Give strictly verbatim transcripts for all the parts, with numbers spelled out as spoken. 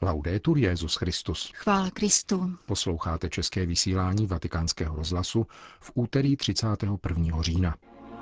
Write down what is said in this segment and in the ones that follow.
Laudetur Jesus Christus. Chvála Kristu. Posloucháte české vysílání Vatikánského rozhlasu v úterý třicátého prvního října.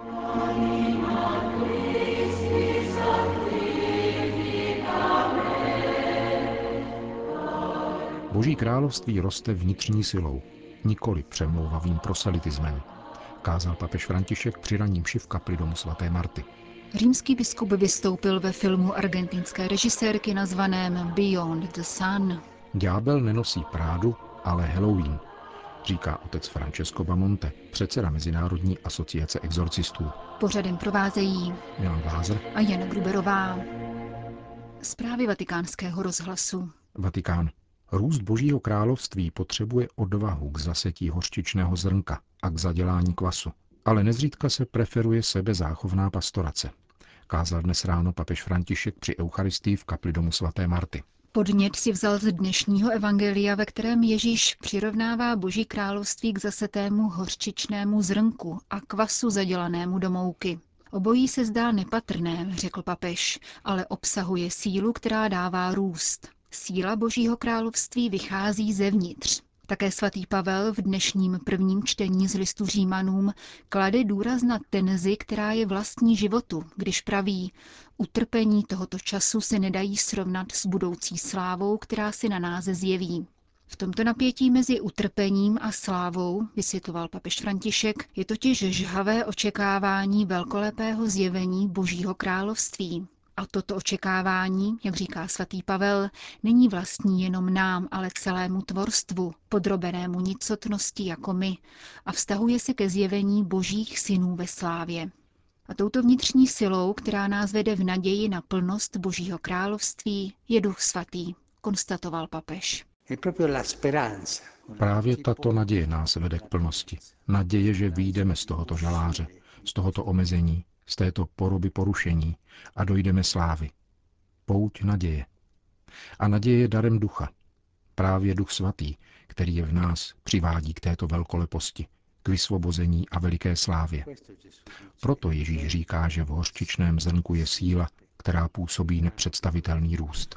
Boží království roste vnitřní silou, nikoli přemlouvavým proselitismem, kázal papež František při ranní mši v kapli domu svaté Marty. Římský biskup vystoupil ve filmu argentinské režisérky nazvaném Beyond the Sun. Ďábel nenosí Prádu, ale Halloween, říká otec Francesco Bamonte, předseda Mezinárodní asociace exorcistů. Pořadem provázejí Milan Glázer a Jana Gruberová. Zprávy Vatikánského rozhlasu. Vatikán. Růst Božího království potřebuje odvahu k zasetí hořčičného zrnka a k zadělání kvasu, ale nezřídka se preferuje sebezáchovná pastorace, kázal dnes ráno papež František při eucharistii v kapli domu svaté Marty. Podnět si vzal z dnešního evangelia, ve kterém Ježíš přirovnává Boží království k zasetému hořčičnému zrnku a kvasu zadělanému do mouky. Obojí se zdá nepatrné, řekl papež, ale obsahuje sílu, která dává růst. Síla Božího království vychází zevnitř. Také svatý Pavel v dnešním prvním čtení z listu Římanům klade důraz na tenzi, která je vlastní životu, když praví: utrpení tohoto času se nedají srovnat s budoucí slávou, která se na nás zjeví. V tomto napětí mezi utrpením a slávou, vysvětloval papež František, je totiž žhavé očekávání velkolepého zjevení Božího království. A toto očekávání, jak říká svatý Pavel, není vlastní jenom nám, ale celému tvorstvu, podrobenému nicotnosti jako my, a vztahuje se ke zjevení Božích synů ve slávě. A touto vnitřní silou, která nás vede v naději na plnost Božího království, je Duch Svatý, konstatoval papež. Právě tato naděje nás vede k plnosti. Naděje, že vyjdeme z tohoto žaláře, z tohoto omezení, z této poroby porušení a dojdeme slávy. Pouť naděje. A naděje je darem ducha. Právě Duch Svatý, který je v nás, přivádí k této velkoleposti, k vysvobození a veliké slávě. Proto Ježíš říká, že v hořčičném zrnku je síla, která působí nepředstavitelný růst.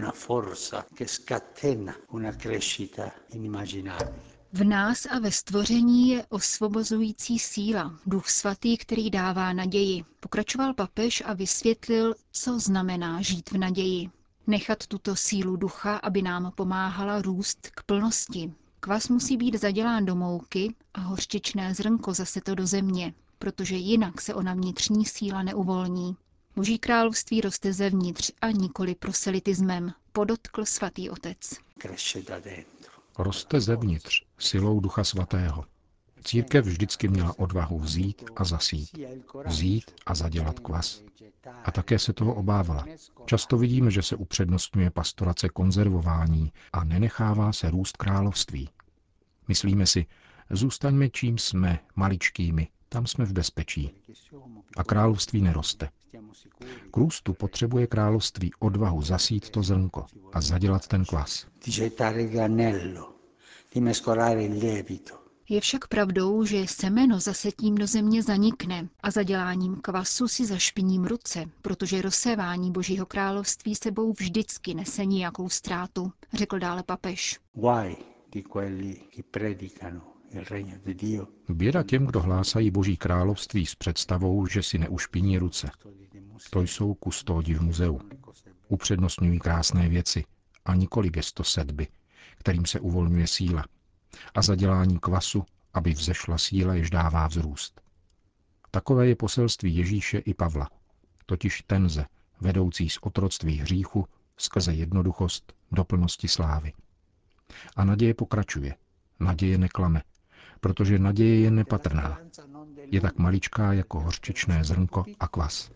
V nás a ve stvoření je osvobozující síla, Duch Svatý, který dává naději. Pokračoval papež a vysvětlil, co znamená žít v naději. Nechat tuto sílu ducha, aby nám pomáhala růst k plnosti. Kvas musí být zadělán do mouky a hořčičné zrnko zase to do země, protože jinak se ona vnitřní síla neuvolní. Boží království roste zevnitř a nikoli proselitismem, podotkl svatý otec. Roste zevnitř, silou Ducha Svatého. Církev vždycky měla odvahu vzít a zasít. Vzít a zadělat kvas. A také se toho obávala. Často vidíme, že se upřednostňuje pastorace konzervování a nenechává se růst království. Myslíme si, zůstaňme čím jsme, maličkými, tam jsme v bezpečí. A království neroste. K růstu potřebuje království odvahu zasít to zrnko a zadělat ten kvas. Je však pravdou, že semeno zasetím do země zanikne a zaděláním kvasu si zašpiním ruce, protože rozsévání Božího království sebou vždycky nese nějakou ztrátu, řekl dále papež. Běda těm, kdo hlásají Boží království s představou, že si neušpiní ruce. To jsou kustódi v muzeu. Upřednostňují krásné věci a nikoli gesto sedby, kterým se uvolňuje síla, a zadělání kvasu, aby vzešla síla, jež dává vzrůst. Takové je poselství Ježíše i Pavla, totiž tenze, vedoucí z otroctví hříchu skrze jednoduchost do plnosti slávy. A naděje pokračuje. Naděje neklame, protože naděje je nepatrná. Je tak maličká jako hořčičné zrnko a kvas.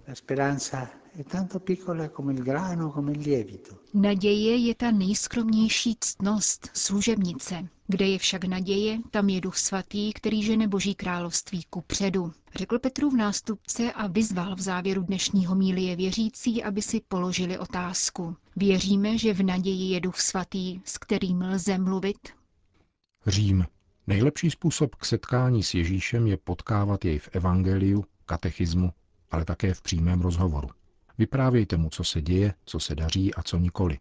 Naděje je ta nejskromnější ctnost, služebnice. Kde je však naděje, tam je Duch Svatý, který žene Boží království kupředu, řekl Petrův nástupce a vyzval v závěru dnešní homílie věřící, aby si položili otázku. Věříme, že v naději je Duch Svatý, s kterým lze mluvit? Řím. Nejlepší způsob k setkání s Ježíšem je potkávat jej v evangeliu, katechismu, ale také v přímém rozhovoru. Vyprávějte mu, co se děje, co se daří a co nikoli,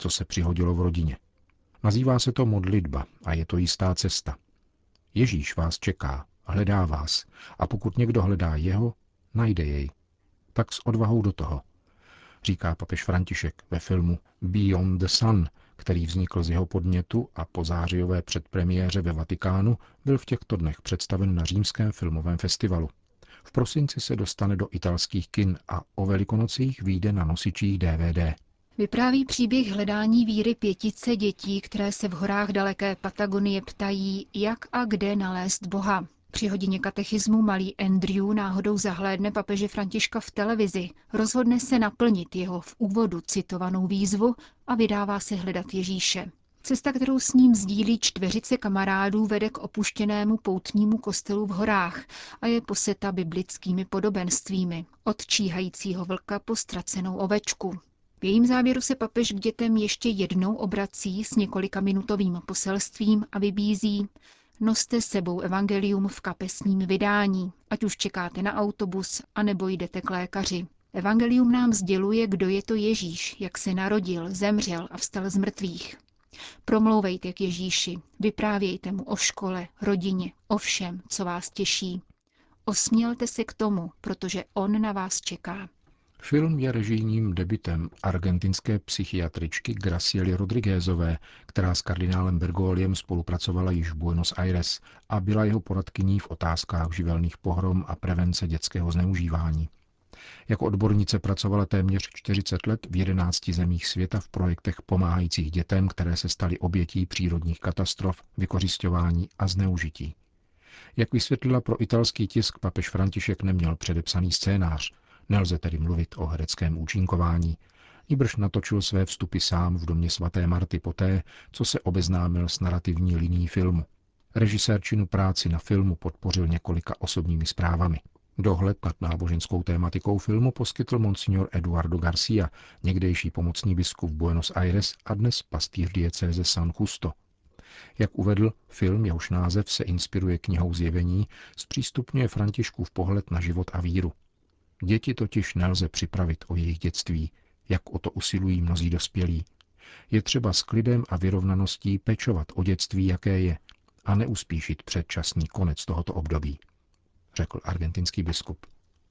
co se přihodilo v rodině. Nazývá se to modlitba a je to jistá cesta. Ježíš vás čeká, hledá vás a pokud někdo hledá jeho, najde jej. Tak s odvahou do toho, říká papež František ve filmu Beyond the Sun, který vznikl z jeho podnětu a po zářijové předpremiéře ve Vatikánu byl v těchto dnech představen na Římském filmovém festivalu. V prosinci se dostane do italských kin a o Velikonocích vyjde na nosičích D V D. Vypráví příběh hledání víry pětice dětí, které se v horách daleké Patagonie ptají, jak a kde nalézt Boha. Při hodině katechismu malý Andrew náhodou zahlédne papeže Františka v televizi, rozhodne se naplnit jeho v úvodu citovanou výzvu a vydává se hledat Ježíše. Cesta, kterou s ním sdílí čtveřice kamarádů, vede k opuštěnému poutnímu kostelu v horách a je poseta biblickými podobenstvími, od číhajícího vlka po ztracenou ovečku. V jejím závěru se papež k dětem ještě jednou obrací s několika minutovým poselstvím a vybízí: noste s sebou evangelium v kapesním vydání, ať už čekáte na autobus, anebo jdete k lékaři. Evangelium nám sděluje, kdo je to Ježíš, jak se narodil, zemřel a vstal z mrtvých. Promlouvejte k Ježíši, vyprávějte mu o škole, rodině, o všem, co vás těší. Osmělte se k tomu, protože on na vás čeká. Film je režijním debutem argentinské psychiatričky Graciely Rodriguezové, která s kardinálem Bergogliem spolupracovala již v Buenos Aires a byla jeho poradkyní v otázkách živelných pohrom a prevence dětského zneužívání. Jako odbornice pracovala téměř čtyřicet let v jedenácti zemích světa v projektech pomáhajících dětem, které se staly obětí přírodních katastrof, vykořisťování a zneužití. Jak vysvětlila pro italský tisk, papež František neměl předepsaný scénář, nelze tedy mluvit o hereckém účinkování, nýbrž natočil své vstupy sám v domě svaté Marty poté, co se obeznámil s narrativní linií filmu. Režisér činu práci na filmu podpořil několika osobními zprávami. Dohled nad náboženskou tématikou filmu poskytl monsignor Eduardo Garcia, někdejší pomocný biskup Buenos Aires a dnes pastýř diecéze San Justo. Jak uvedl, film, jehož název se inspiruje knihou Zjevení, zpřístupňuje Františkův pohled na život a víru. Děti totiž nelze připravit o jejich dětství, jak o to usilují mnozí dospělí. Je třeba s klidem a vyrovnaností pečovat o dětství, jaké je, a neuspíšit předčasný konec tohoto období, řekl argentinský biskup.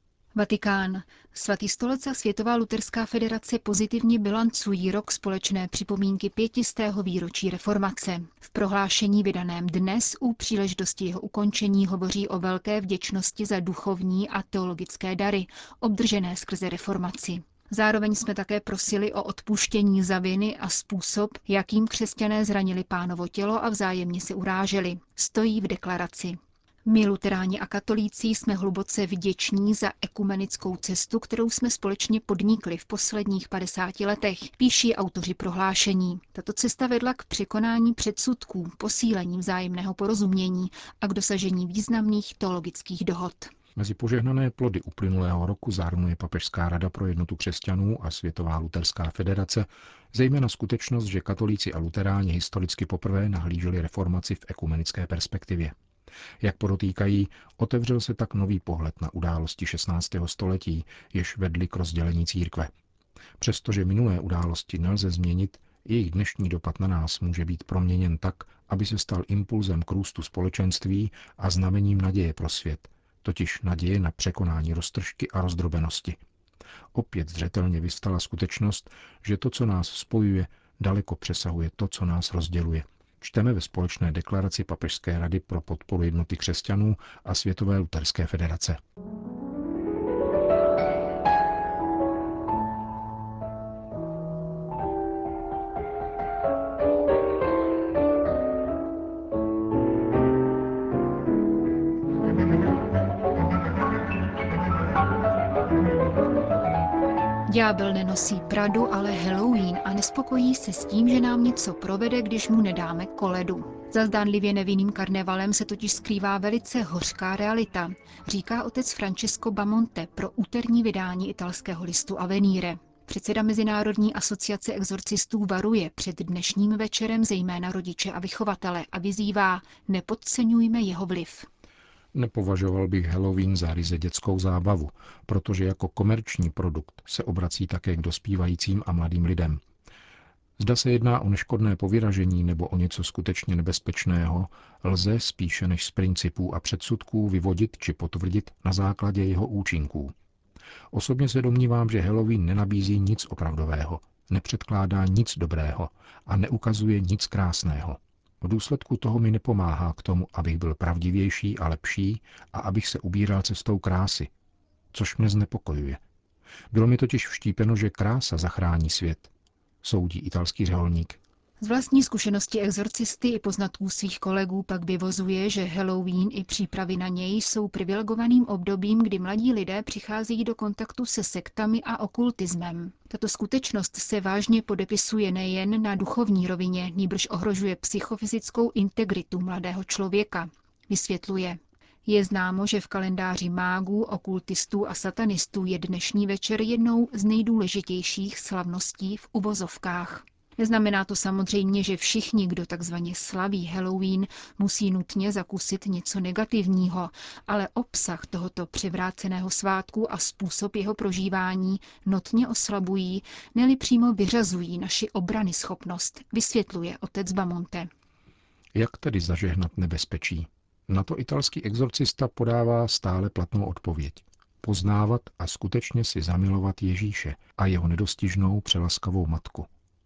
Vatikán. Svatý stolec a Světová luterská federace pozitivně bilancují rok společné připomínky pětistého výročí reformace. V prohlášení vydaném dnes u příležitosti jeho ukončení hovoří o velké vděčnosti za duchovní a teologické dary, obdržené skrze reformaci. Zároveň jsme také prosili o odpuštění za viny a způsob, jakým křesťané zranili Pánovo tělo a vzájemně se uráželi. Stojí v deklaraci. My, luteráni a katolíci, jsme hluboce vděční za ekumenickou cestu, kterou jsme společně podnikli v posledních padesáti letech, píší autoři prohlášení. Tato cesta vedla k překonání předsudků, posílení vzájemného porozumění a k dosažení významných teologických dohod. Mezi požehnané plody uplynulého roku zahrnuje Papežská rada pro jednotu křesťanů a Světová luterská federace, zejména skutečnost, že katolíci a luteráni historicky poprvé nahlíželi reformaci v ekumenické perspektivě. Jak podotýkají, otevřel se tak nový pohled na události šestnáctého století, jež vedly k rozdělení církve. Přestože minulé události nelze změnit, jejich dnešní dopad na nás může být proměněn tak, aby se stal impulzem k růstu společenství a znamením naděje pro svět, totiž naděje na překonání roztržky a rozdrobenosti. Opět zřetelně vyvstala skutečnost, že to, co nás spojuje, daleko přesahuje to, co nás rozděluje. Čteme ve společné deklaraci Papežské rady pro podporu jednoty křesťanů a Světové luterské federace. Ďábel nenosí Pradu, ale Halloween a nespokojí se s tím, že nám něco provede, když mu nedáme koledu. Za zdánlivě nevinným karnevalem se totiž skrývá velice hořká realita, říká otec Francesco Bamonte pro úterní vydání italského listu Avvenire. Předseda Mezinárodní asociace exorcistů varuje před dnešním večerem zejména rodiče a vychovatele a vyzývá: nepodceňujme jeho vliv. Nepovažoval bych Halloween za ryze dětskou zábavu, protože jako komerční produkt se obrací také k dospívajícím a mladým lidem. Zda se jedná o neškodné povyražení nebo o něco skutečně nebezpečného, lze spíše než z principů a předsudků vyvodit či potvrdit na základě jeho účinků. Osobně se domnívám, že Halloween nenabízí nic opravdového, nepředkládá nic dobrého a neukazuje nic krásného. V důsledku toho mi nepomáhá k tomu, abych byl pravdivější a lepší a abych se ubíral cestou krásy, což mne znepokojuje. Bylo mi totiž vštípeno, že krása zachrání svět, soudí italský řeholník. Z vlastní zkušenosti exorcisty i poznatků svých kolegů pak vyvozuje, že Halloween i přípravy na něj jsou privilegovaným obdobím, kdy mladí lidé přicházejí do kontaktu se sektami a okultismem. Tato skutečnost se vážně podepisuje nejen na duchovní rovině, nýbrž ohrožuje psychofyzickou integritu mladého člověka, vysvětluje. Je známo, že v kalendáři mágů, okultistů a satanistů je dnešní večer jednou z nejdůležitějších slavností v uvozovkách. Neznamená to samozřejmě, že všichni, kdo takzvaně slaví Halloween, musí nutně zakusit něco negativního, ale obsah tohoto převráceného svátku a způsob jeho prožívání notně oslabují, ne-li přímo vyřazují naši obranyschopnost, vysvětluje otec Bamonte. Jak tedy zažehnat nebezpečí? Na to italský exorcista podává stále platnou odpověď. Poznávat a skutečně si zamilovat Ježíše a jeho nedostižnou přelaskavou matku.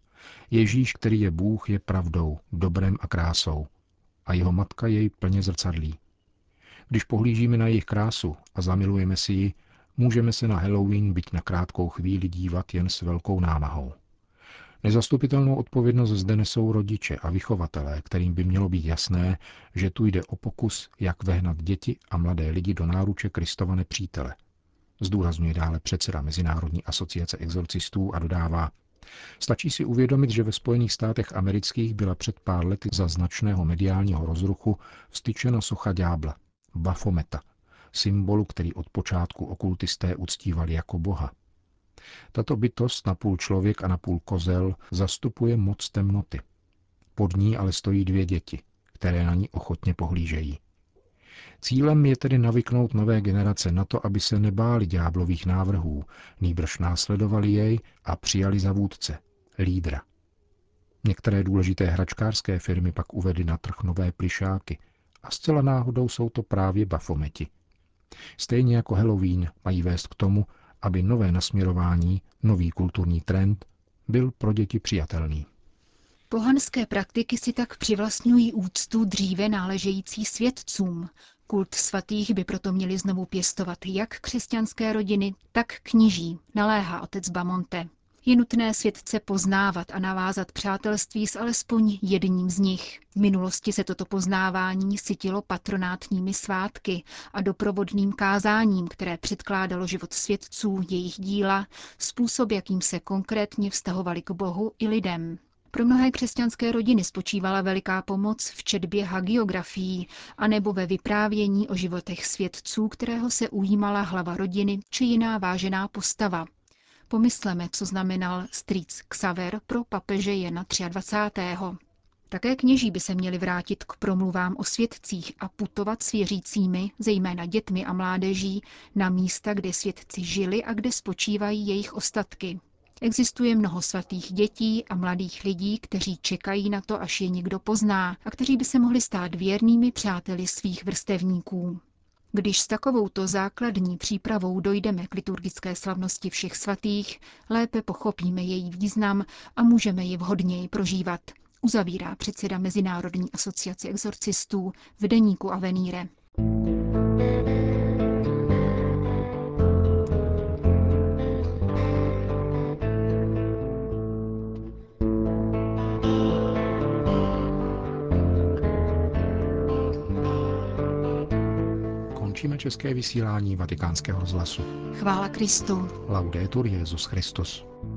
Ježíš, který je Bůh, je pravdou, dobrem a krásou a jeho matka jej plně zrcadlí. Když pohlížíme na jejich krásu a zamilujeme si ji, můžeme se na Halloween byť na krátkou chvíli dívat jen s velkou námahou. Nezastupitelnou odpovědnost zde nesou rodiče a vychovatelé, kterým by mělo být jasné, že tu jde o pokus, jak vehnat děti a mladé lidi do náruče Kristova nepřítele. Zdůrazňuje dále předseda Mezinárodní asociace exorcistů a dodává: stačí si uvědomit, že ve Spojených státech amerických byla před pár lety za značného mediálního rozruchu vztyčena socha ďábla, Bafometa, symbolu, který od počátku okultisté uctívali jako boha. Tato bytost, napůl člověk a napůl kozel, zastupuje moc temnoty. Pod ní ale stojí dvě děti, které na ní ochotně pohlížejí. Cílem je tedy navyknout nové generace na to, aby se nebáli ďáblových návrhů, nýbrž následovali jej a přijali za vůdce, lídra. Některé důležité hračkářské firmy pak uvedly na trh nové plyšáky a zcela náhodou jsou to právě Bafometi. Stejně jako Halloween mají vést k tomu, aby nové nasměrování, nový kulturní trend byl pro děti přijatelný. Pohanské praktiky si tak přivlastňují úctu dříve náležející světcům. Kult svatých by proto měli znovu pěstovat jak křesťanské rodiny, tak kněží, naléhá otec Bamonte. Je nutné světce poznávat a navázat přátelství s alespoň jedním z nich. V minulosti se toto poznávání sytilo patronátními svátky a doprovodným kázáním, které předkládalo život světců, jejich díla, způsob, jakým se konkrétně vztahovali k Bohu i lidem. Pro mnohé křesťanské rodiny spočívala veliká pomoc v četbě hagiografií anebo ve vyprávění o životech světců, kterého se ujímala hlava rodiny či jiná vážená postava. Pomysleme, co znamenal strýc Xaver pro papeže Jana dvacátého třetího Také kněží by se měli vrátit k promluvám o světcích a putovat s věřícími, zejména dětmi a mládeží, na místa, kde světci žili a kde spočívají jejich ostatky. Existuje mnoho svatých dětí a mladých lidí, kteří čekají na to, až je někdo pozná a kteří by se mohli stát věrnými přáteli svých vrstevníků. Když s takovouto základní přípravou dojdeme k liturgické slavnosti všech svatých, lépe pochopíme její význam a můžeme ji vhodněji prožívat, uzavírá předseda Mezinárodní asociace exorcistů v deníku Avenire. Končíme české vysílání Vatikánského rozhlasu. Chvála Kristu. Laudetur Jesus Christus.